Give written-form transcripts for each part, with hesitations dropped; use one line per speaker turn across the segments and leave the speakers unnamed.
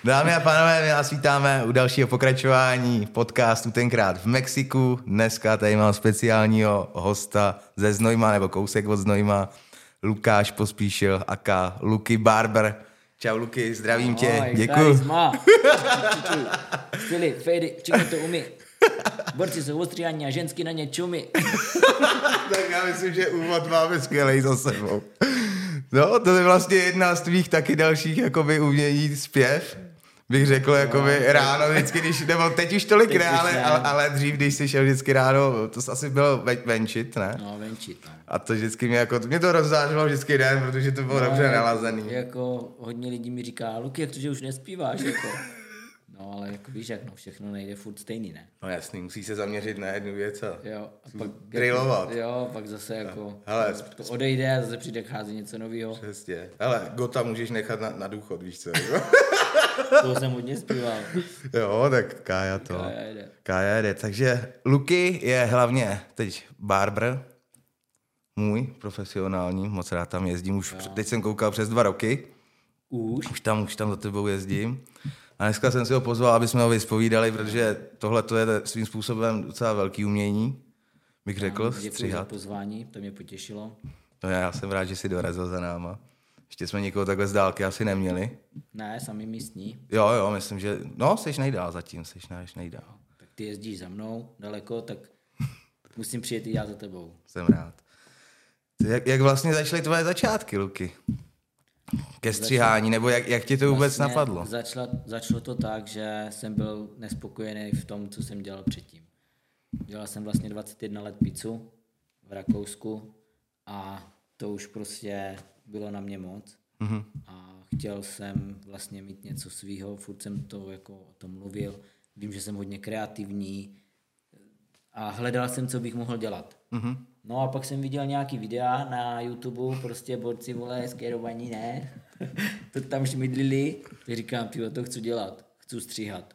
Dámy a pánové, my vás vítáme u dalšího pokračování podcastu, tenkrát v Mexiku. Dneska tady mám speciálního hosta ze Znojma, nebo kousek od Znojma, Lukáš Pospíšil, aka Luky Barber. Čau Luky, zdravím tě, děkuju.
Stily, fejdy, všichni to umí. Borci jsou ostříhaní a ženský na ně čumí.
Tak já myslím, že úvod máme skvělej za sebou. No, to je vlastně jedna z tvých taky dalších jakoby umění zpěv. Bych řekl, jakoby ráno vždycky, nebo teď už tolik ne, ale dřív, když jsi šel vždycky ráno, to asi bylo venčit, ne?
No, venčit, no.
A to vždycky mě to rozzářilo vždycky den, protože to bylo dobře nalazený.
Jako hodně lidí mi říká, Luky, jak to, že už nespíváš, jako. No, ale jako víš, jak no, všechno nejde furt stejný, ne?
No jasný, musí se zaměřit na jednu věc a
pak
drillovat.
Jo, pak zase jako
hele,
to odejde a zase přijde chází něco nového.
Přesně. Hele, Gota můžeš nechat na důchod, víš co?
To jsem hodně zpíval.
Jo, tak Kája jde. Takže Luky je hlavně teď barber, můj profesionální, moc rád tam jezdím, teď jsem koukal přes 2 roky. Už tam za tebou jezdím. A dneska jsem si ho pozval, aby jsme ho vyspovídali, protože tohle to je svým způsobem docela velký umění, bych řekl,
stříhat. Děkuji za pozvání, to mě potěšilo.
No já jsem rád, že jsi dorazil za náma. Ještě jsme nikoho takhle z dálky asi neměli.
Ne, sami místní.
Jo, myslím, že... No, seš nejdál zatím, nejdál.
Tak ty jezdíš za mnou daleko, tak musím přijet i já za tebou.
Jsem rád. Jak vlastně začaly tvoje začátky, Luky? Ke stříhání, nebo jak ti to vůbec
vlastně
napadlo?
Začalo to tak, že jsem byl nespokojený v tom, co jsem dělal předtím. Dělal jsem vlastně 21 let pizzu v Rakousku a to už prostě bylo na mě moc. Mm-hmm. A chtěl jsem vlastně mít něco svýho, furt jsem to jako o tom mluvil. Vím, že jsem hodně kreativní a hledal jsem, co bych mohl dělat. Mm-hmm. No a pak jsem viděl nějaký videa na YouTube, prostě borci, vole, skérovaní, ne? To tam šmydlili. Tak říkám, tyjo, to chci dělat, chci stříhat.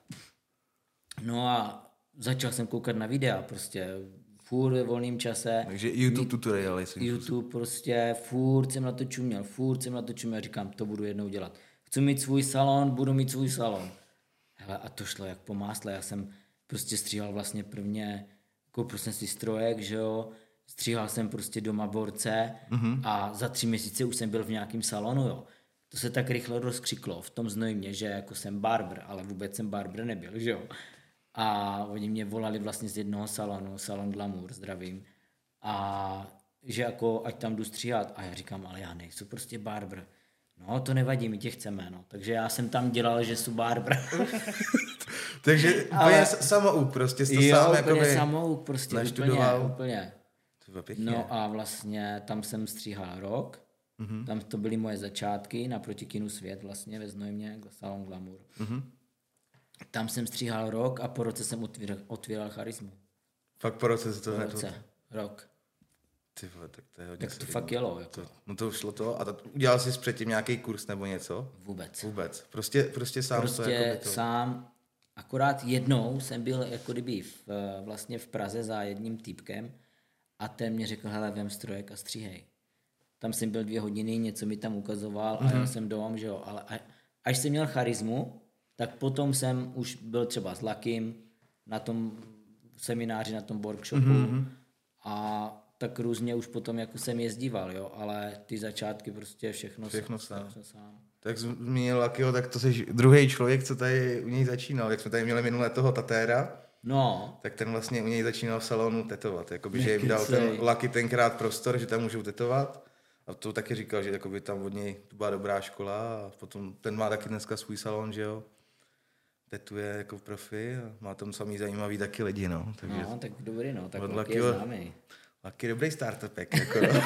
No a začal jsem koukat na videa, prostě furt ve volném čase.
Takže YouTube tutoriály.
YouTube prostě, furt jsem na to čuměl, říkám, to budu jednou dělat. Chci mít svůj salon, budu mít svůj salon. Hele, a to šlo jak po másle, já jsem prostě stříhal vlastně prvně, koupil jsem si strojek, že jo, stříhal jsem prostě doma borce a za 3 měsíce už jsem byl v nějakém salonu, jo. To se tak rychle rozkřiklo v tom Znojmě, že jako jsem barber, ale vůbec jsem barber nebyl, že jo. A oni mě volali vlastně z jednoho salonu, salon Glamour, zdravím, a že jako ať tam jdu stříhat. A já říkám, ale já nejsem prostě barber. No, to nevadí, my tě chceme, no. Takže já jsem tam dělal, že jsem barber.
Takže úplně samouk prostě, jsi to sám jakoby
samouk prostě, úplně. No a vlastně tam jsem stříhal rok, tam to byly moje začátky, naproti kinu Svět vlastně ve Znojmě, salon Glamour. Tam jsem stříhal rok a po roce jsem otvíral charismu.
Fakt po roce se to
rok.
Ty vole, tak to je hodně.
Tak to fakt jelo. Jako.
No to šlo to. A udělal jsi předtím nějaký kurz nebo něco? Vůbec. Prostě sám to jako
sám. Akorát jednou jsem byl jako kdyby vlastně v Praze za jedním týpkem a ten mě řekl, hele, vem strojek a stříhej. Tam jsem byl 2 hodiny, něco mi tam ukazoval a já jsem doma, že jo. Ale až jsem měl charismu, tak potom jsem už byl třeba s Lakym na tom semináři, na tom workshopu a tak různě už potom jako jsem jezdíval, jo, ale ty začátky prostě všechno sám.
Tak zmínil Lakyho, tak to jsi druhý člověk, co tady u něj začínal, jak jsme tady měli minule toho Tatéra, tak ten vlastně u něj začínal v salonu tetovat, jakoby, že jim dal ten Laky tenkrát prostor, že tam můžou tetovat a to taky říkal, že jakoby tam od něj to byla dobrá škola a potom ten má taky dneska svůj salon, že jo. Tetuje jako profi a má tam samý zajímavý taky lidi, no. Takže
no, tak dobrý, no, tak Laky je známý.
Laky dobrý startupek, jako no.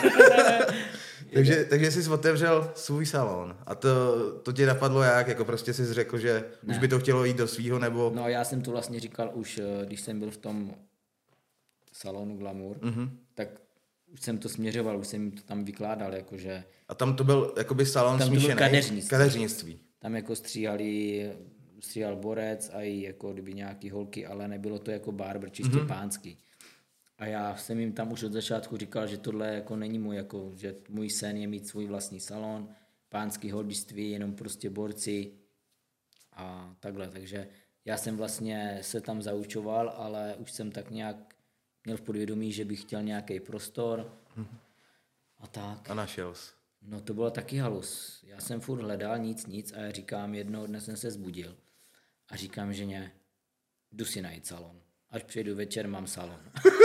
takže jsi otevřel svůj salon a to tě napadlo jak? Jako prostě jsi řekl, že už by to chtělo jít do svýho, nebo...
No já jsem to vlastně říkal už, když jsem byl v tom salonu Glamour, tak už jsem to směřoval, už jsem jim to tam vykládal, jakože...
A tam to byl jakoby salon smíšený? Kadeřnictví.
Tam jako stříhal borec a i jako kdyby nějaký holky, ale nebylo to jako barber, čistě pánský. A já jsem jim tam už od začátku říkal, že tohle jako není můj, jako, že můj sen je mít svůj vlastní salon, pánský holdiství, jenom prostě borci. a takhle, takže já jsem vlastně se tam zaučoval, ale už jsem tak nějak měl v podvědomí, že bych chtěl nějaký prostor a tak.
A našel jsi.
No to bylo taky halus. Já jsem furt hledal nic a já říkám, jednoho dne jsem se zbudil a říkám ženě, jdu si najít salon. Až přijdu večer, mám salon.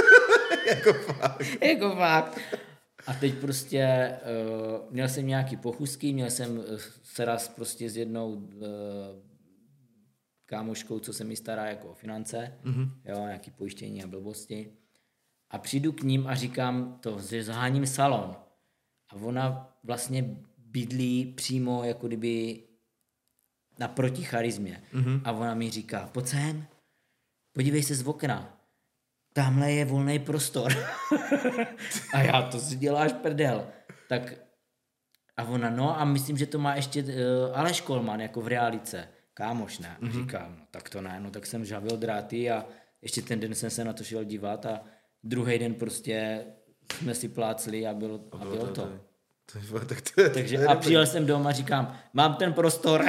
Jako fakt. A teď prostě měl jsem nějaký pochůzky, měl jsem se raz prostě s jednou kámoškou, co se mi stará jako o finance, jo, nějaký pojištění a blbosti. A přijdu k ním a říkám to, že zaháním salon. A ona vlastně bydlí přímo jako kdyby naproti charizmě. A ona mi říká, pojď sem, podívej se z okna. Tamhle je volný prostor. A já, to si děláš prdel. Tak a ona, no a myslím, že to má ještě Aleš Kolman, jako v realice. Kámoš, ne? A říkám, no tak to ne, no tak jsem žavil dráty a ještě ten den jsem se na to šel dívat a druhý den prostě jsme si plácli a bylo to. Takže a přijel jsem doma a říkám, mám ten prostor.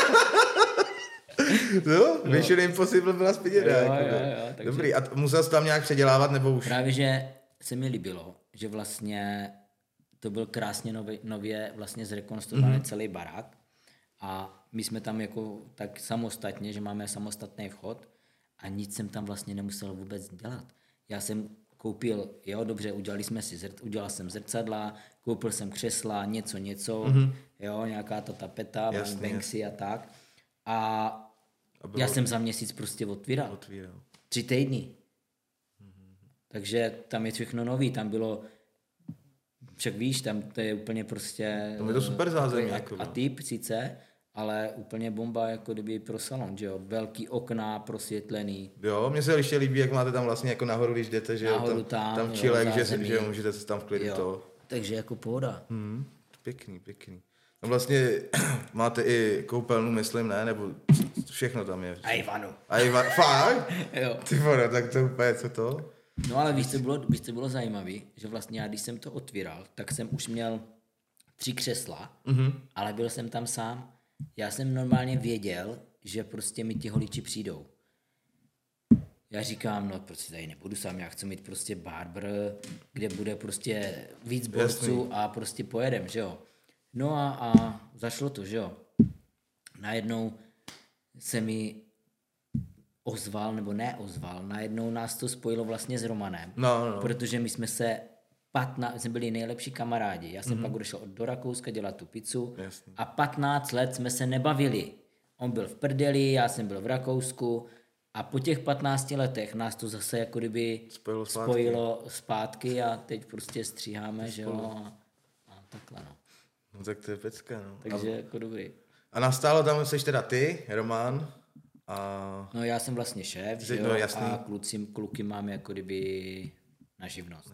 No, Mission Impossible byla splněná.
Jo, takže...
Dobrý, a musel jsi tam nějak předělávat, nebo už?
Právě, že se mi líbilo, že vlastně to byl krásně nově vlastně zrekonstruovaný celý barák a my jsme tam jako tak samostatně, že máme samostatný vchod a nic jsem tam vlastně nemusel vůbec dělat. Já jsem koupil, jo, dobře, udělal jsem zrcadla, koupil jsem křesla, něco, jo, nějaká ta tapeta, Banksy a tak. A já jsem za měsíc prostě otvíral. 3 týdny. Takže tam je všechno nový, tam bylo, však víš, tam to je úplně prostě...
Tam je to super zázemí.
A typ sice, ale úplně bomba jako kdyby pro salon, že jo, velký okna, prosvětlený.
Jo, mně se ještě líbí, jak máte tam vlastně jako nahoru, když jdete, že
nahoru
tam čilek, že můžete se tam v klidu to.
Takže jako pohoda.
Pěkný. No vlastně máte i koupelnu, myslím, ne? Nebo všechno tam je.
A Ivanu.
Fakt?
Jo.
Ty vole, tak to úplně, co to?
No ale víš, co bylo zajímavé, že vlastně já, když jsem to otvíral, tak jsem už měl 3 křesla, ale byl jsem tam sám. Já jsem normálně věděl, že prostě mi ti holiči přijdou. Já říkám, no prostě tady nebudu sám, já chci mít prostě barber, kde bude prostě víc borců a prostě pojedem, že jo. No a zašlo to, že jo. Najednou se mi ozval, nebo neozval, najednou nás to spojilo vlastně s Romanem, protože my jsme jsme byli nejlepší kamarádi. Já jsem pak odešel do Rakouska dělat tu pizzu a 15 let jsme se nebavili. On byl v prdeli, já jsem byl v Rakousku a po těch 15 letech nás to zase jako kdyby spojilo zpátky a teď prostě stříháme, že jo, a takhle, no.
No tak to je pecka, no.
Takže jako dobrý.
A nastálo tam, jsi teda ty, Roman, a...
No já jsem vlastně šéf, že jo, a kluky máme jako kdyby na živnost.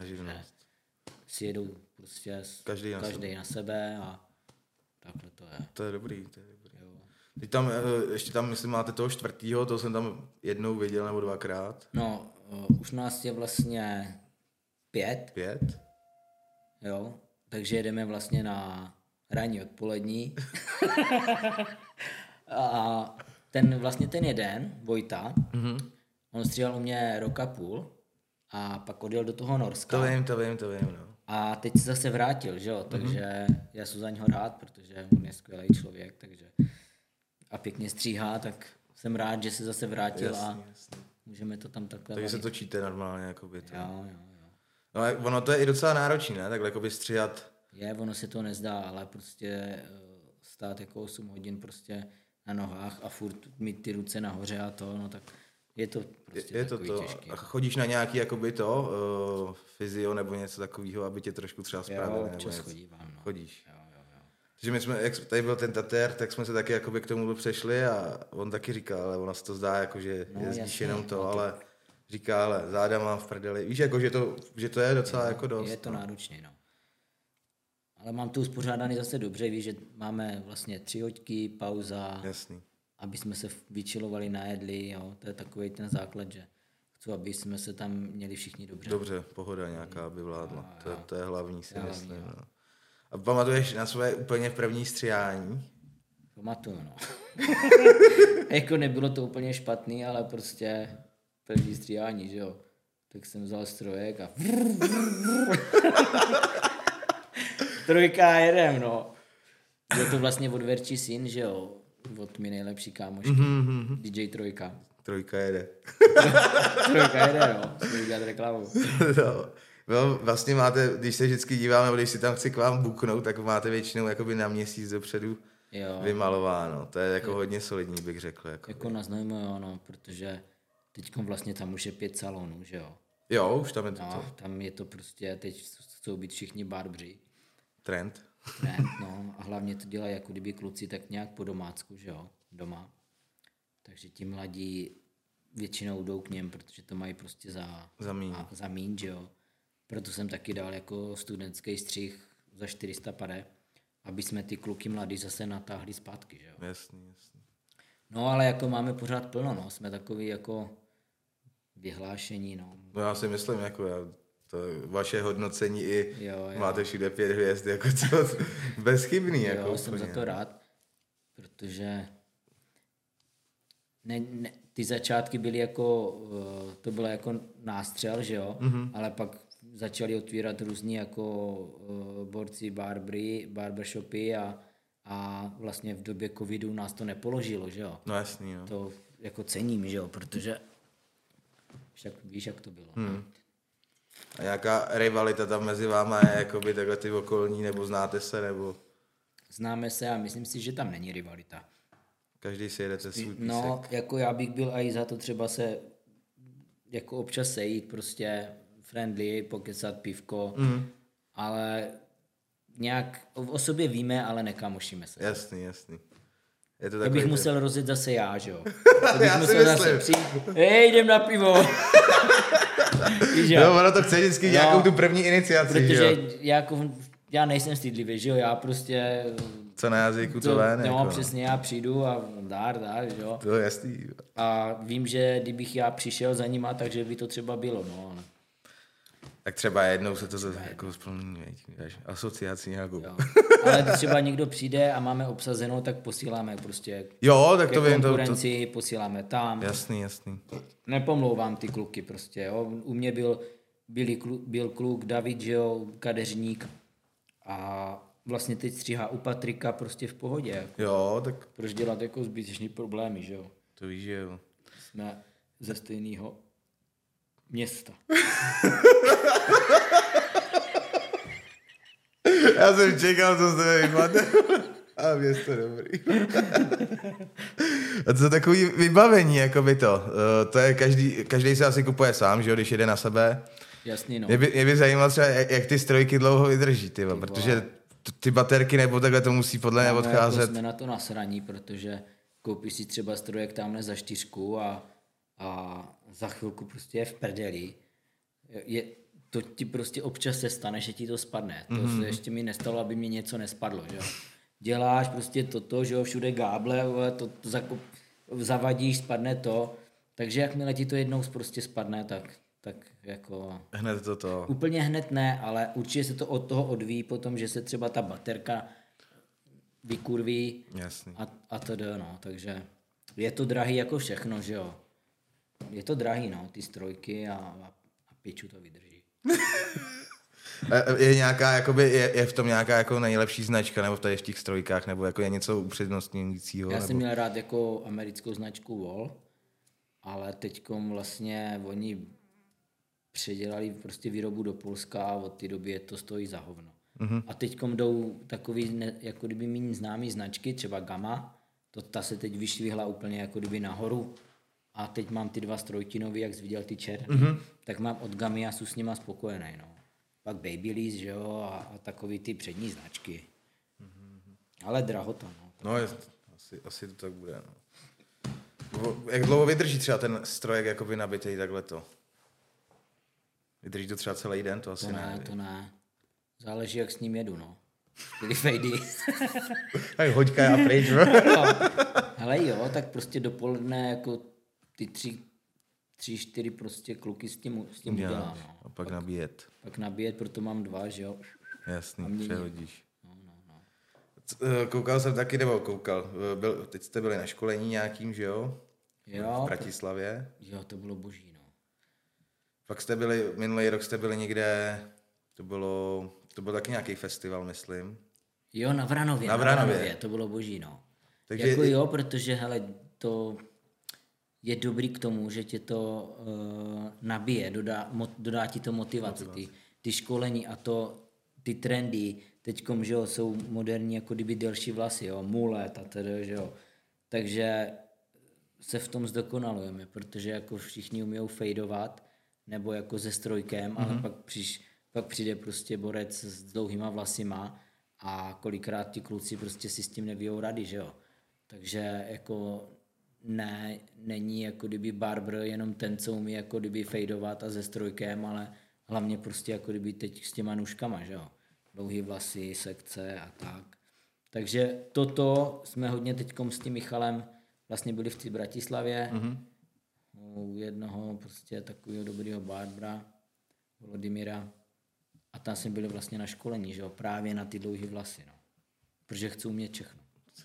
Si jedou prostě každý na sebe a takhle to je.
To je dobrý. Jo. Teď tam, ještě tam, myslím, máte toho 4., to jsem tam jednou viděl, nebo 2krát.
No, už nás je vlastně 5.
5?
Jo, takže jedeme vlastně na ranní odpolední. A ten jeden, Vojta, on stříhal u mě 1,5 roku a pak odjel do toho Norska.
To vím, no.
A teď se zase vrátil, že jo, takže já jsem za něho rád, protože on je skvělý člověk, takže a pěkně stříhá, tak jsem rád, že se zase vrátil a můžeme to tam takhle...
Takže se točíte normálně, jakoby to.
Jo.
No ono to je i docela náročné, ne, takhle jakoby stříhat.
Ono se to nezdá, ale prostě stát jako 8 hodin prostě na nohách a furt mít ty ruce nahoře a to, no tak je to prostě
je takový těžký. A chodíš na nějaký jakoby to, fyzio nebo něco takového, aby tě trošku třeba spravili?
Jo, občas chodívám, no.
Chodíš? Jo. Takže my jsme, jak tady byl ten Tater, tak jsme se taky jakoby k tomu přešli a on taky říkal, ale ono se to zdá, jako, že jezdíš jenom to, ale říká, ale záda mám v prdeli. Víš, jako, že to je docela jako dost.
Je to náročný, no. Ale mám to uspořádaný zase dobře, víš, že máme vlastně 3 hoďky, pauza.
Jasný.
Aby jsme se vyčilovali, najedli, jo, to je takový ten základ, že chci, aby jsme se tam měli všichni dobře.
Dobře, pohoda nějaká by vládla, to je hlavní, si myslím. No. A pamatuješ na své úplně první stříhání?
Pamatuju, no. Jako nebylo to úplně špatný, ale prostě první stříhání, že jo. Tak jsem vzal strojek a trojka jedem, no. Byl to vlastně od Verčí syn, že jo. Od mi nejlepší kámošky. DJ Trojka.
Trojka jede.
Trojka jede, no. Jsme udělat reklamu.
No, vlastně máte, když se vždycky dívám, nebo když si tam chci k vám buknout, tak máte většinou jakoby na měsíc dopředu vymalováno. To je jako hodně solidní, bych řekl.
Jako na Znojmu, jo, no, protože teďkom vlastně tam už je 5 salonů, že jo.
Jo, už tam je to.
No, tam je to prostě, teď chcou být všichni barbři.
Trend,
no. A hlavně to dělají jako kdyby kluci tak nějak po domácku, že jo, doma. Takže ti mladí většinou jdou k něm, protože to mají prostě za míň, že jo. Proto jsem taky dal jako studentský střih za 400 pade, aby jsme ty kluky mladí zase natáhli zpátky, že jo.
Jasný.
No ale jako máme pořád plno, no, jsme takový jako vyhlášení, no.
No já si myslím, jako to vaše hodnocení i máte všude 5 hvězd, jako to bezchybný.
Jo,
jako
jsem za to rád, protože ty začátky byly jako, to bylo jako nástřel, že jo, ale pak začali otvírat různí jako borci barbershopy a vlastně v době covidu nás to nepoložilo, že jo.
No jasný, jo.
To jako cením, že jo, protože víš, jak to bylo.
A nějaká rivalita tam mezi váma je, jakoby takhle ty okolní, nebo znáte se, nebo?
Známe se a myslím si, že tam není rivalita.
Každý si jedete svůj písek.
No, jako já bych byl i za to třeba se jako občas sejít, prostě friendly, pokecat pivko, ale nějak o sobě víme, ale nekamošíme se.
Jasný. Je to
takový, bych musel rozjet zase já, že jo.
Já musel zase přijít.
Jdem na pivo.
No, ono to chce vždycky nějakou tu první iniciaci,
protože já nejsem stydlivý, že jo, já prostě...
Co na jazyku, to ven.
No,
jako.
přesně, já přijdu a dár, že jo.
To je jasný.
A vím, že kdybych já přišel za nima, takže by to třeba bylo, no, ale...
Tak třeba jednou se to jako splní, asociaci nějakou.
Jo. Ale když třeba někdo přijde a máme obsazenou, tak posíláme prostě
tak to vím.
Konkurenci posíláme tam.
Jasný.
Nepomlouvám ty kluky prostě, jo. U mě byl kluk David, že jo, kadeřník a vlastně teď stříhá u Patrika prostě v pohodě.
Jo, tak...
Proč dělat jako zbytečný problémy, že jo.
To víš, že jo.
Jsme ze stejného města.
Já jsem čekal, co jste vypadne. A město dobrý. A to je takový vybavení, jako by to. To je každý se asi kupuje sám, že jo, když jede na sebe.
Jasný, no.
Mě by zajímalo třeba, jak ty strojky dlouho vydrží, protože ty baterky nebo takhle to musí podle mě odcházet.
Jako jsme na to nasraní, protože koupíš si třeba strojek tamhle za 4 a za chvilku prostě je v prdeli. To ti prostě občas se stane, že ti to spadne. To se ještě mi nestalo, aby mi něco nespadlo, že jo. Děláš prostě toto, že jo, všude gáble, to zavadíš, spadne to. Takže jakmile ti to jednou prostě spadne, tak jako...
Hned to.
Úplně hned ne, ale určitě se to od toho odvíjí potom, že se třeba ta baterka vykurví.
Jasný.
A to jde, no. Takže je to drahý jako všechno, že jo. Je to drahý, no, ty strojky a piču to vydrží.
Je nějaká, jakoby, je v tom nějaká jako nejlepší značka, nebo v těch strojkách, nebo jako je něco upřednostňujícího?
Já jsem měl rád jako americkou značku Wall, ale teďkom vlastně oni předělali prostě výrobu do Polska a od té doby to stojí za hovno. A teďkom jdou takový, jako kdyby méně známý značky, třeba Gamma, ta se teď vyšvihla úplně jako kdyby nahoru. A teď mám ty 2 strojkinový, jak jsi viděl ty černý, tak mám od Gamy a jsem s nima spokojený, no. Pak Babyliss, že jo, a takový ty přední značky. Ale drahota, no.
No, asi to tak bude, no. Jak dlouho vydrží třeba ten strojek jakoby nabitej takhleto? Vydrží to třeba celý den? To asi ne.
To ne. Záleží, jak s ním jedu, no. Byly fejdy.
Tak hoďka já pryč, no.
Hele jo, tak prostě dopoledne jako ty 3-4 prostě kluky s tím udělám. No.
A pak nabíjet.
Pak nabíjet, proto mám 2, že jo.
Jasný, přehodíš.
No.
Koukal jsem taky, nebo koukal. Teď jste byli na školení nějakým, že jo?
Jo.
V Bratislavě.
Jo, to bylo boží, no.
Pak jste byli, minulý rok jste byli někde, to byl taky nějaký festival, myslím.
Jo, na Vranově, to bylo boží, no. Takže jako jo, protože hele, to je dobrý k tomu, že tě to nabije, dodá ti to motivaci. Ty školení a ty trendy, teďkom, že jo, jsou moderní jako kdyby delší vlasy, jo, mulet a tedy, že jo. Takže se v tom zdokonalujeme, protože jako všichni umíjou fejdovat, nebo jako se strojkem, ale pak přijde prostě borec s dlouhýma vlasima a kolikrát ti kluci prostě si s tím nevíjou rady, že jo. Takže jako není jako kdyby barber jenom ten, co umí jako kdyby fejdovat a se strojkem, ale hlavně prostě jako kdyby teď s těma nůžkama, že jo. Dlouhý vlasy, sekce a tak. Takže toto jsme hodně teďkom s tím Michalem vlastně byli v té Bratislavě, u jednoho prostě takového dobrého barbera, Volodymyra, a tam jsme byli vlastně na školení, že jo, právě na ty dlouhé vlasy, no. Protože chci umět všechno.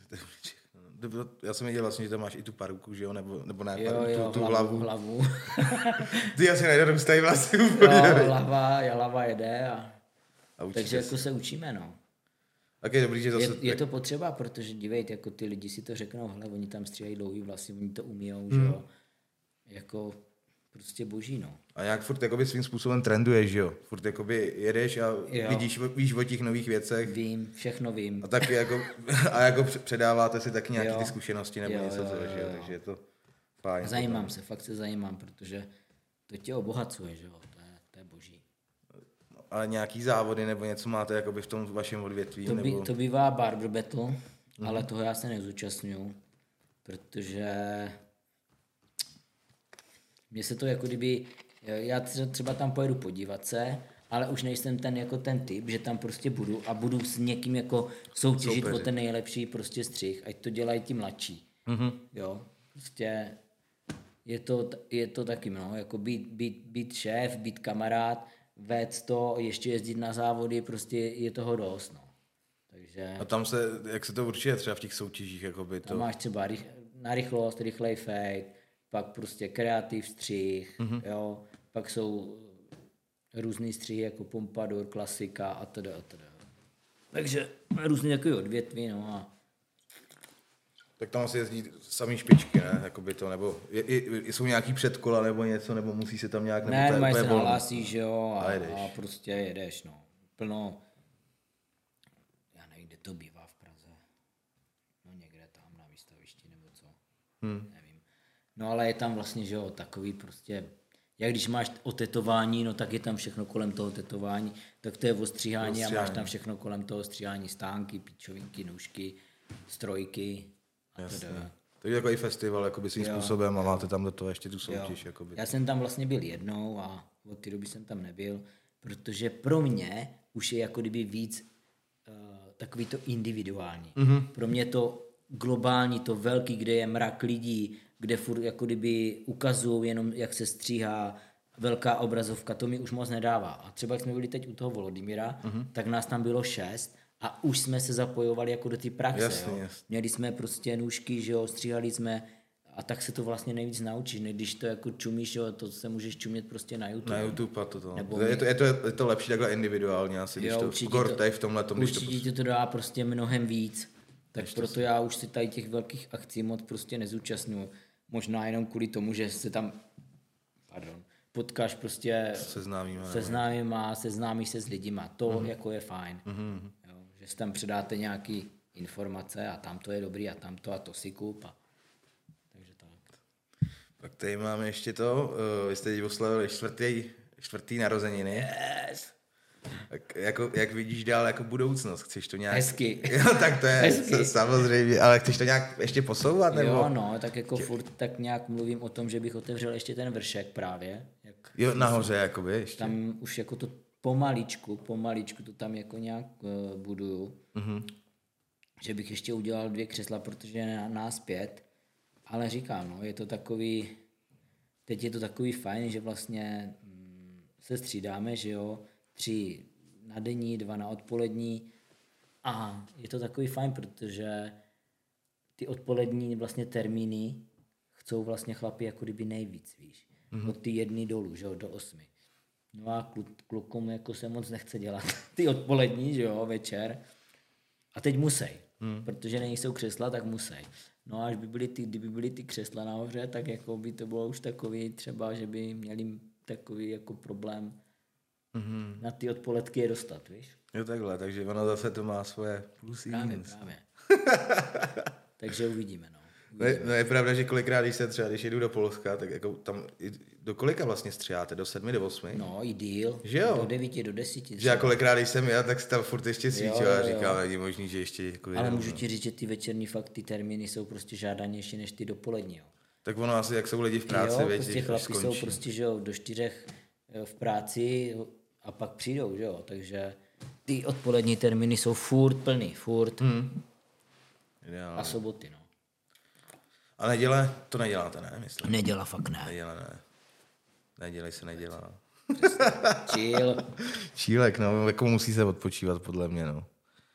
Já jsem věděl vlastně, že tam máš i tu paruku, že jo, nebo ne,
jo,
tu
hlavu.
Ty asi nedorůstají vlasy
úplně. Jo, hlava jede takže jako se učíme, no.
Tak je dobrý, že zase...
Je to potřeba, protože dívejte, jako ty lidi si to řeknou, hele, oni tam stříhají dlouhý vlasy, oni to umíjou, že jo. Jako prostě boží, no.
A jak furt jakoby svým způsobem trenduješ, že jo? Furt jakoby jedeš a víš o těch nových věcech.
Vím, všechno vím.
A tak jako předáváte si taky nějaké ty zkušenosti nebo něco, že jo? Takže je to fajn.
Fakt se zajímám, protože to tě obohacuje, že jo? To je boží.
Ale nějaký závody nebo něco máte jakoby v tom vašem odvětví?
To bývá barber battle, ale toho já se nezúčastňuju, protože mně se to jako kdyby, já třeba tam pojedu podívat se, ale už nejsem ten typ, že tam prostě budu s někým jako soutěžit o ten nejlepší prostě střih, ať to dělají ti mladší. Jo, prostě je to taky, no, jako být šéf, být kamarád, vést to, ještě jezdit na závody, prostě je toho dost, no. Takže...
A tam jak se to určuje třeba v těch soutěžích, jakoby to...
Tam máš třeba na rychlost, rychlej fade, pak prostě kreativ střih, jo, pak jsou různý střihy jako pompadour, klasika a teda. Takže různý takový odvětví, no a...
Tak tam asi jezdí samý špičky, ne? Jakoby to, nebo jsou nějaký předkola nebo něco, nebo musí se tam nějak...
Ne, mají se nahlásíš, jo, a prostě jedeš, no. Plno, já nevím, kde to bývá v Praze. No někde tam na výstavišti nebo co. Nevím. No ale je tam vlastně, že jo, takový prostě, jak když máš otetování, no tak je tam všechno kolem toho tetování, tak to je ostříhání a máš tam všechno kolem toho stříhání, stánky, píčovinky, nůžky, strojky.
Jasně. To je takový festival jakoby svým způsobem a máte tam do toho ještě tu soutěž. Jakoby.
Já jsem tam vlastně byl jednou a od té doby jsem tam nebyl, protože pro mě už je jako kdyby víc takový to individuální. Pro mě to globální, to velký, kde je mrak lidí, kde furt jako kdyby ukazují jenom, jak se stříhá, velká obrazovka, to mi už moc nedává. A třeba jak jsme byli teď u toho Volodymyra, tak nás tam bylo 6 a už jsme se zapojovali jako do té praxe. Jasně. Měli jsme prostě nůžky, že jo, stříhali jsme a tak se to vlastně nejvíc naučíš, když to jako čumíš, jo, to se můžeš čumět prostě na YouTube.
Na YouTube a to. Je to lepší takhle individuálně asi, když to tady v tomhletom.
Určitě to dá prostě mnohem víc. Tak proto já už si tady těch velkých akcí moc prostě nezúčastňuji. Možná jenom kvůli tomu, že se tam potkáš prostě seznámíš se s lidima. To jako je fajn. Jo, že si tam předáte nějaký informace a tam to je dobrý a tam to a to si kup. Takže tak.
Pak tady máme ještě to, vy jste teď oslavili čtvrtý narozeniny.
Yes.
Tak jak vidíš dál jako budoucnost? Chceš to nějak...
Hezky.
Jo, tak to je samozřejmě, ale chceš to nějak ještě posouvat? Nebo?
Jo, no, tak jako furt tak nějak mluvím o tom, že bych otevřel ještě ten vršek právě.
Jo, nahoře jakoby ještě.
Tam už jako to pomaličku to tam jako nějak buduju. Že bych ještě udělal 2 křesla, protože je nás 5. Ale říkám, no, je to takový... Teď je to takový fajn, že vlastně se střídáme, že jo, 3 na denní, 2 na odpolední A je to takový fajn, protože ty odpolední vlastně termíny chcou vlastně chlapi jako kdyby nejvíc, víš. Od ty 1 dolů, že jo, do 8. No a klukům jako se moc nechce dělat ty odpolední, že jo, večer. A teď musej, protože nejsou křesla, tak musej. No a až kdyby byly ty křesla nahoře, tak jako by to bylo už takový třeba, že by měli takový jako problém na ty odpoledky je dostat, víš.
Jo takhle, takže ono zase to má svoje plusy.
Právě. Takže uvidíme, no.
No je pravda, že kolikrát, když jedu do Polska, tak jako tam do kolika vlastně stříháte? Do 7, do 8?
No i díl.
Že jo?
Do 9, do 10.
Že já kolikrát, když jsem jel, tak se tam furt ještě svítil a říkal, není možný, že ještě jako
ale můžu ti říct, že ty večerní fakt, ty termíny jsou prostě žádanější než ty dopolední, jo.
Tak ono asi, jak jsou lidi v práci,
jo, prostě chlapi jsou prostě, že jo, do 4 v práci a pak přijdou, že jo, takže ty odpolední termíny jsou furt plný, furt. A soboty, no.
A neděle to neděláte, ne? Myslím.
Neděla fakt ne.
Neděle ne. Nedělej se nedělá.
Chill.
Čílek, no, jako musí se odpočívat, podle mě, no.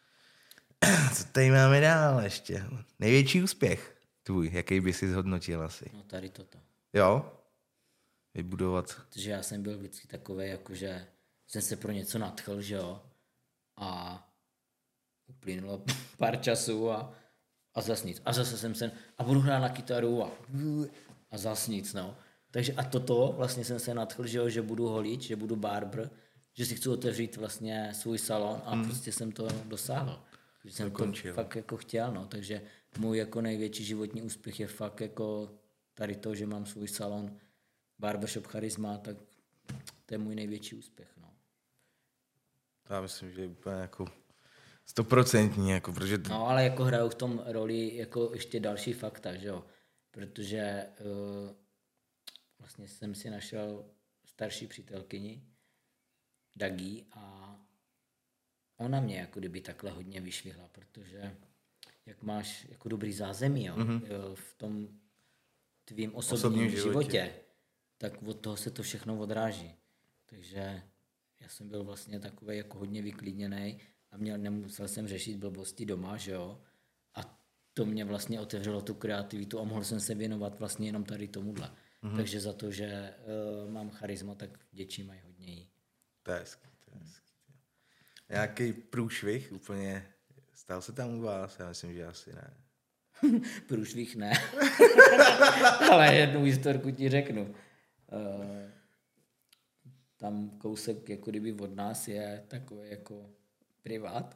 Co tady máme dál ještě? Největší úspěch tvůj, jaký by si zhodnotil asi?
No tady toto.
Jo? Vybudovat.
Protože já jsem byl vždycky takovej, jakože jsem se pro něco nadchl, že jo? A uplynulo pár času a zas nic. A zase jsem a budu hrát na kytaru a zas nic, no. Takže a toto vlastně jsem se nadchl, že budu holič, že budu barber, že si chci otevřít vlastně svůj salon a prostě jsem to dosáhl. Že jsem to fakt jako chtěl, no. Takže můj jako největší životní úspěch je fakt jako tady to, že mám svůj salon Barbershop Charisma, tak to je můj největší úspěch, no.
Já myslím, že je úplně jako 100%, jako, protože...
No, ale jako hraju v tom roli jako ještě další fakta, že jo, protože vlastně jsem si našel starší přítelkyni, Dagi, a ona mě jako kdyby takhle hodně vyšvihla, protože jak máš jako dobrý zázemí, jo, v tom tvým osobním životě, tak od toho se to všechno odráží. Takže já jsem byl vlastně takový jako hodně vyklidněnej a nemusel jsem řešit blbosti doma, že jo. A to mě vlastně otevřelo tu kreativitu a mohl jsem se věnovat vlastně jenom tady tomuhle. Takže za to, že mám charisma, tak vděčím mají hodně jí.
To je hezký. Nějaký průšvih úplně, stal se tam u vás? Já myslím, že asi ne.
Průšvih ne. Ale jednu historku ti řeknu. Tam kousek jako kdyby od nás je takový jako privát.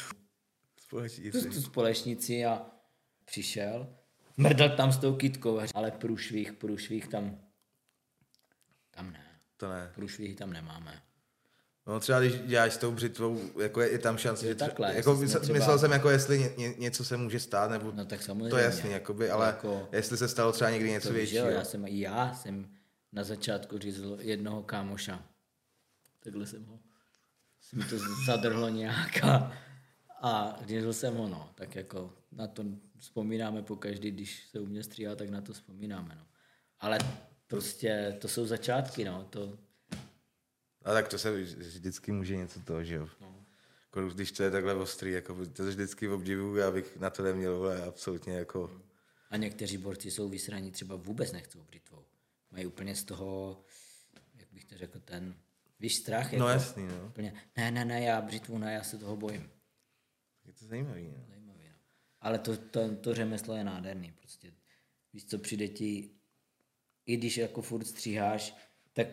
Společníci a přišel, mrdl tam s tou kytkou, ale průšvih tam ne.
To ne.
Průšvihy tam nemáme.
No třeba když děláš s tou břitvou, jako je tam šance, že
takhle,
jako myslel jsem, jako jestli něco se může stát, nebo
no, tak samozřejmě,
to je jasný, jakoby, ale jako, jestli se stalo třeba někdy něco většího.
Já jsem na začátku řízl jednoho kámoša. Takhle jsem mi to zadrhlo nějak a řízl jsem ho, no. Tak jako na to vzpomínáme pokaždý, když se u mě stříhá, tak na to vzpomínáme, no. Ale prostě to jsou začátky, no.
A tak to se vždycky může něco toho, že jo. No. Když to je takhle ostrý, jako to vždycky obdivuju, já bych na to neměl, ale absolutně jako...
A někteří borci jsou vysraní, třeba vůbec nechcou břitvou. Mají úplně z toho, jak bych to řekl, ten, víš, strach.
No
jako,
jasný, no.
Úplně, ne, já břitvu ne, já se toho bojím.
Je to zajímavý, no.
No. Ale to řemeslo je nádherný, prostě. Víš co, přijde ti, i když jako furt stříháš, tak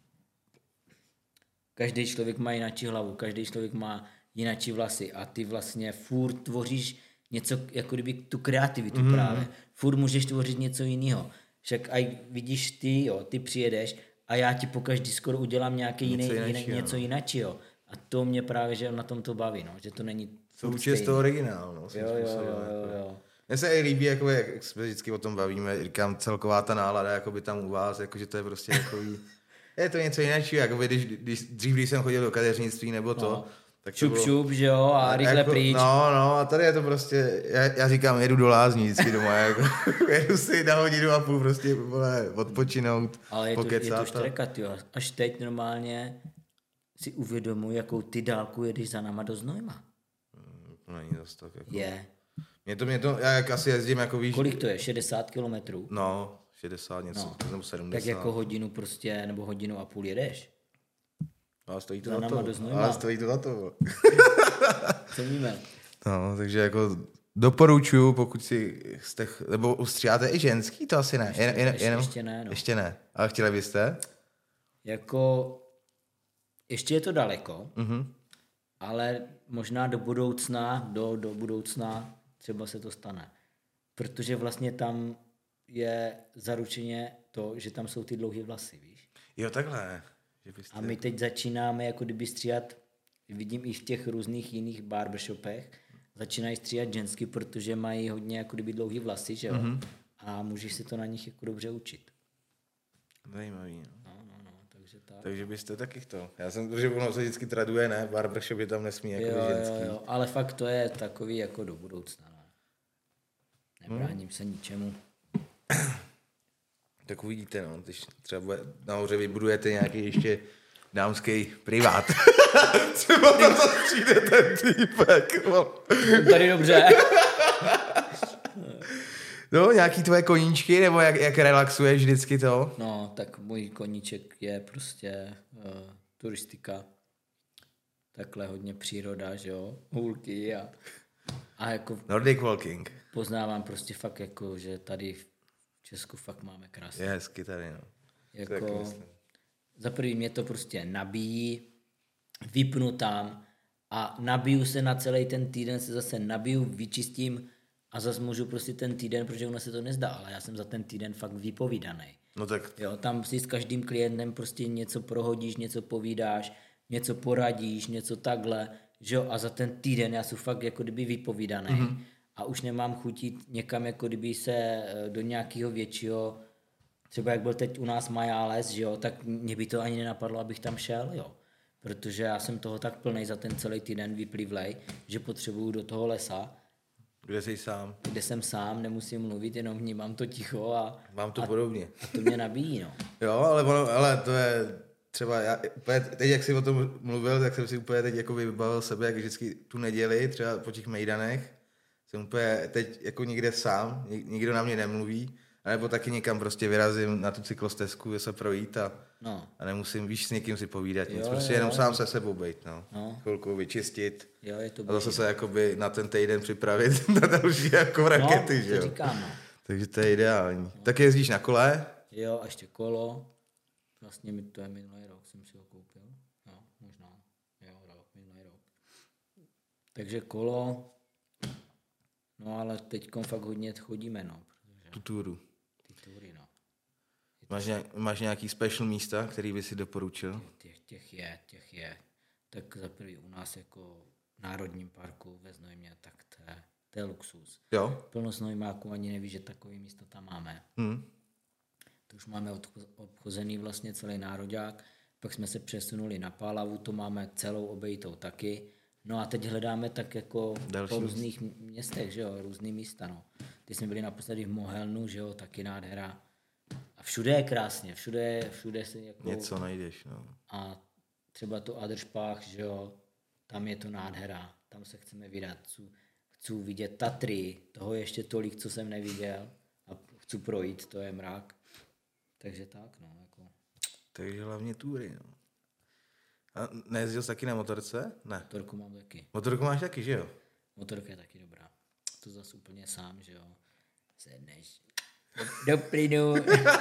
každý člověk má jináčí hlavu, každý člověk má jináčí vlasy a ty vlastně furt tvoříš něco, jako kdyby tu kreativitu právě. Furt můžeš tvořit něco jiného. Však aj vidíš ty přijedeš a já ti pokaždý skoro udělám nějaký něco jiného. A to mě právě, že na tom to baví, no, že to není
součást toho originál, no.
Jo.
Mně se i líbí, jako jak se vždycky o tom bavíme, říkám, celková ta nálada, jakoby tam u vás, jakože to je prostě takový, je to něco jiného, jakoby když jsem chodil do kadeřnictví nebo to,
no.
tak to
šup, že jo, a rychle jako, pryč.
No, a tady je to prostě, já říkám, jedu do lázní vždycky doma, jako, jedu si na 1.5 hodinu prostě odpočinout,
ale je to štrekat, jo, až teď normálně si uvědomuji, jakou ty dálku jedeš za náma do Znojma.
To není zas tak jako...
Je.
Mě to, já jak asi jezdím jako víš...
Kolik to je? 60 kilometrů?
No, 60 něco, nebo 70.
Tak jako hodinu prostě, nebo hodinu a půl jedeš.
Ale stojí to za to. Ale stojí to za to.
Co víme?
No, takže jako doporučuju, pokud si jste, nebo ustříháte i ženský, to asi ne.
Ještě ne, no.
Ještě ne, ale chtěli byste?
Jako, ještě je to daleko, ale možná do budoucna, do budoucna třeba se to stane. Protože vlastně tam je zaručeně to, že tam jsou ty dlouhé vlasy, víš?
Jo, takhle. Že byste...
A my teď začínáme jako kdyby stříhat, vidím i v těch různých jiných barbershopech, začínají stříhat žensky, protože mají hodně jako kdyby dlouhý vlasy, že jo? A můžeš si to na nich jako dobře učit.
Zajímavý, no.
No, takže tak.
Takže byste taky chtěl. Já jsem, protože ono se vždycky traduje, ne? Barbershop je tam nesmí jako ženský.
Jo, ale fakt to je takový jako do budoucna, no. Nebráním se ničemu.
Tak uvidíte, no. Když třeba nahoře vybudujete nějaký ještě dámský privát. Třeba na to přijde ten týpek.
Tady dobře.
No, nějaký tvoje koníčky, nebo jak relaxuješ vždycky to?
No, tak můj koníček je prostě turistika. Takhle hodně příroda, že jo? Hůlky a jako...
Nordic walking.
Poznávám prostě fakt jako, že tady v Česku fakt máme krásně.
Je hezky tady, no.
Jako, za první mě to prostě nabíjí, vypnu tam a nabiju se na celý ten týden, se zase nabiju, vyčistím a zase můžu prostě ten týden, protože ono se to nezdá, ale já jsem za ten týden fakt vypovídaný.
No tak...
Jo, tam si s každým klientem prostě něco prohodíš, něco povídáš, něco poradíš, něco takhle, že jo, a za ten týden já jsem fakt jako kdyby vypovídaný a už nemám chutit někam jako kdyby se do nějakého většího, třeba jak byl teď u nás Majales, že jo, tak mě by to ani nenapadlo, abych tam šel, jo. Protože já jsem toho tak plnej za ten celý týden vyplivlej, že potřebuju do toho lesa.
Kde jsi sám?
Kde jsem sám, nemusím mluvit, jenom vnímám to ticho a...
Mám to podobně.
A to mě nabíjí, no.
Jo, ale to je třeba, teď jak jsi o tom mluvil, tak jsem si úplně teď jako vybavil sebe, jak vždycky tu neděli, třeba po těch mejdanech, jsem úplně teď jako někde sám, nikdo na mě nemluví, nebo taky někam prostě vyrazím na tu cyklostezku, se projít a nemusím, víš, s někým si povídat nic, prostě jenom sám se sebou bejt, no. Chvilku vyčistit
je to
a zase se jakoby na ten týden připravit na další jako rakety, že jo.
Říkám, no.
Takže to je ideální. No. Tak jezdíš na kole?
Jo, a ještě kolo. Vlastně to je minulý rok, jsem si ho koupil. Jo, možná. Jo, minulý rok. Takže kolo. No ale teďkom fakt hodně chodíme, no.
Tu túru.
Ty túry, no.
Máš nějaký special místa, který by si doporučil?
Těch je. Tak za prvý u nás jako v Národním parku ve Znojmě, tak to je luxus.
Jo.
Plno Znojmáků ani neví, že takový místo tam máme. To už máme obchozený vlastně celý nároďák. Pak jsme se přesunuli na Pálavu, to máme celou obejitou taky. No a teď hledáme tak jako po různých městech, že jo, různý místa, no. Teď jsme byli naposledy v Mohelnu, že jo, taky nádhera. A všude je krásně, všude se jako...
Něco najdeš, no.
A třeba to Adršpách, že jo, tam je to nádhera, tam se chceme vydat. Chci vidět Tatry, toho ještě tolik, co jsem neviděl. A chci projít, to je mrak. Takže tak, no, jako...
Takže hlavně túry, no. A nejezdil jsi taky na motorce? Ne.
Motorku mám taky.
Motorku máš taky, že jo?
Motorka je taky dobrá. To zase úplně sám, že jo. Sedneš do plynu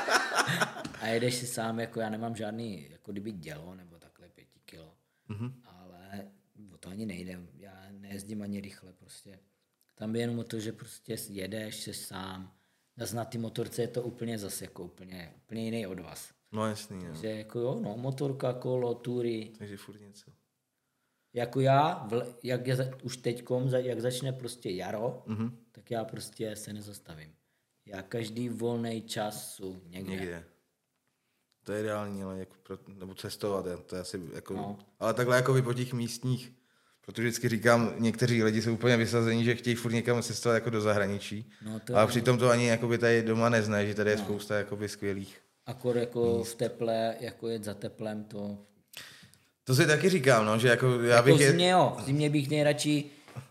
a jedeš si sám, jako já nemám žádný, jako kdyby dělo, nebo takhle 5 kilo. Ale o to ani nejde. Já nejezdím ani rychle, prostě. Tam je jenom o to, že prostě jedeš, jsi sám. Zase na ty motorce je to úplně zase jako úplně jiný od vás.
No jasný, jo.
Takže jako jo, no, motorka, kolo, tury.
Takže furt něco.
Jako já, už teďkom, jak začne prostě jaro, tak já prostě se nezastavím. Já každý volný čas jsou někde.
To je ideální, ale jako nebo cestovat, to je asi jako, no. Ale takhle jako vy po těch místních, protože vždycky říkám, někteří lidi jsou úplně vysazení, že chtějí furt někam cestovat jako do zahraničí, ale přitom to ani jakoby tady doma nezná, že tady je spousta jakoby skvělých.
Akor jako v teple, jako jet za teplem, to...
To si taky říkám, no, že jako já
jako
bych...
V zimě bych nejradši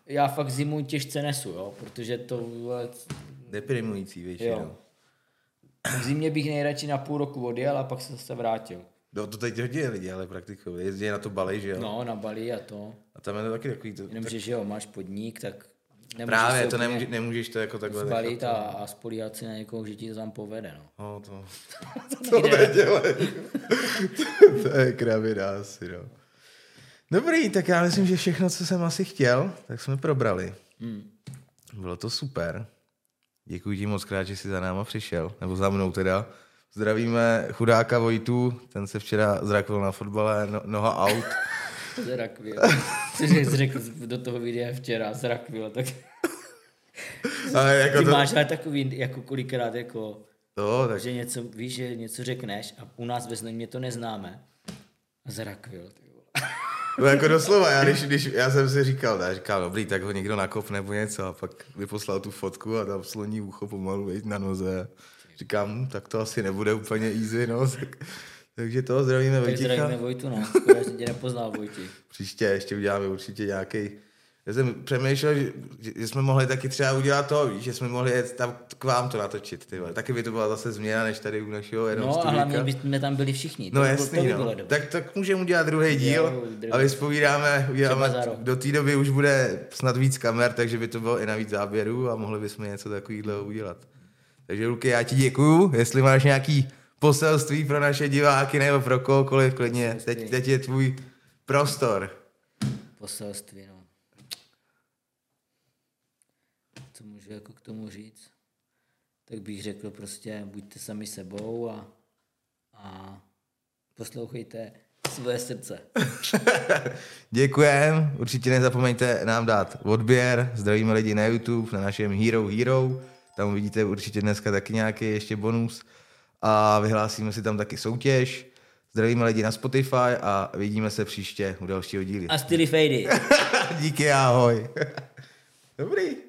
já fakt zimu těžce nesu, jo, protože to...
Deprimující většinou.
V zimě bych nejradši na půl roku odjel a pak se zase vrátil.
No to teď hodně lidi, ale praktikují. Jezdí na to Bali, že jo?
No, na Bali a to.
A tam je to taky takový...
Jenomže, že jo, máš podnik, tak...
Právě, to nemůžeš to jako takhle...
Zbalit a spolíhat si na někoho, že ti to tam povede, no.
No to nedělej. To je kravina asi, no. Dobrý, tak já myslím, že všechno, co jsem asi chtěl, tak jsme probrali. Bylo to super. Děkuji ti moc krát, že jsi za náma přišel, nebo za mnou teda. Zdravíme chudáka Vojtu, ten se včera zrakvil na fotbale, noha out.
Zrakvil. Což řekl do toho videa včera, zrakvil, tak... Ale jako ty to... máš ale takový, jako kolikrát, jako...
To, tak...
Že něco, víš, že něco řekneš a u nás ve Znojmě to neznáme. Zrakvil, ty vole.
No jako doslova, když já jsem si říkal, dobrý, tak ho někdo nakop nebo něco a pak vyposlal tu fotku a tam sloní ucho pomalu na noze. Říkám, tak to asi nebude úplně easy, no. Takže to zdravíme Vojticha.
Tak zdravíme Vojtu, no. Skoro jsem tě nepoznal, Vojti.
Příště ještě uděláme určitě nějaký. Já jsem přemýšlel, že jsme mohli taky třeba udělat to, víš, že jsme mohli jet tam k vám to natočit, ty vole. Taky by to byla zase změna, než tady u našeho jenom
studíka. No a hlavně bychom tam byli všichni.
No jasný, no. Tak můžeme udělat druhý díl a vyspovídáme, do té doby už bude snad víc kamer, takže by to bylo i na víc záběrů a mohli bychom něco takového udělat. Takže Luky, já ti děkuju, jestli máš nějaký poselství pro naše diváky nebo pro kohokoliv, klidně, teď je tvůj prostor.
Poselství, no. Co můžu jako k tomu říct? Tak bych řekl prostě, buďte sami sebou a poslouchejte svoje srdce.
Děkujem, určitě nezapomeňte nám dát odběr, zdravíme lidi na YouTube, na našem Hero, tam uvidíte určitě dneska taky nějaký ještě bonus a vyhlásíme si tam taky soutěž. Zdravíme lidi na Spotify a vidíme se příště u dalšího dílu.
A styly fejdy.
Díky, ahoj. Dobrý.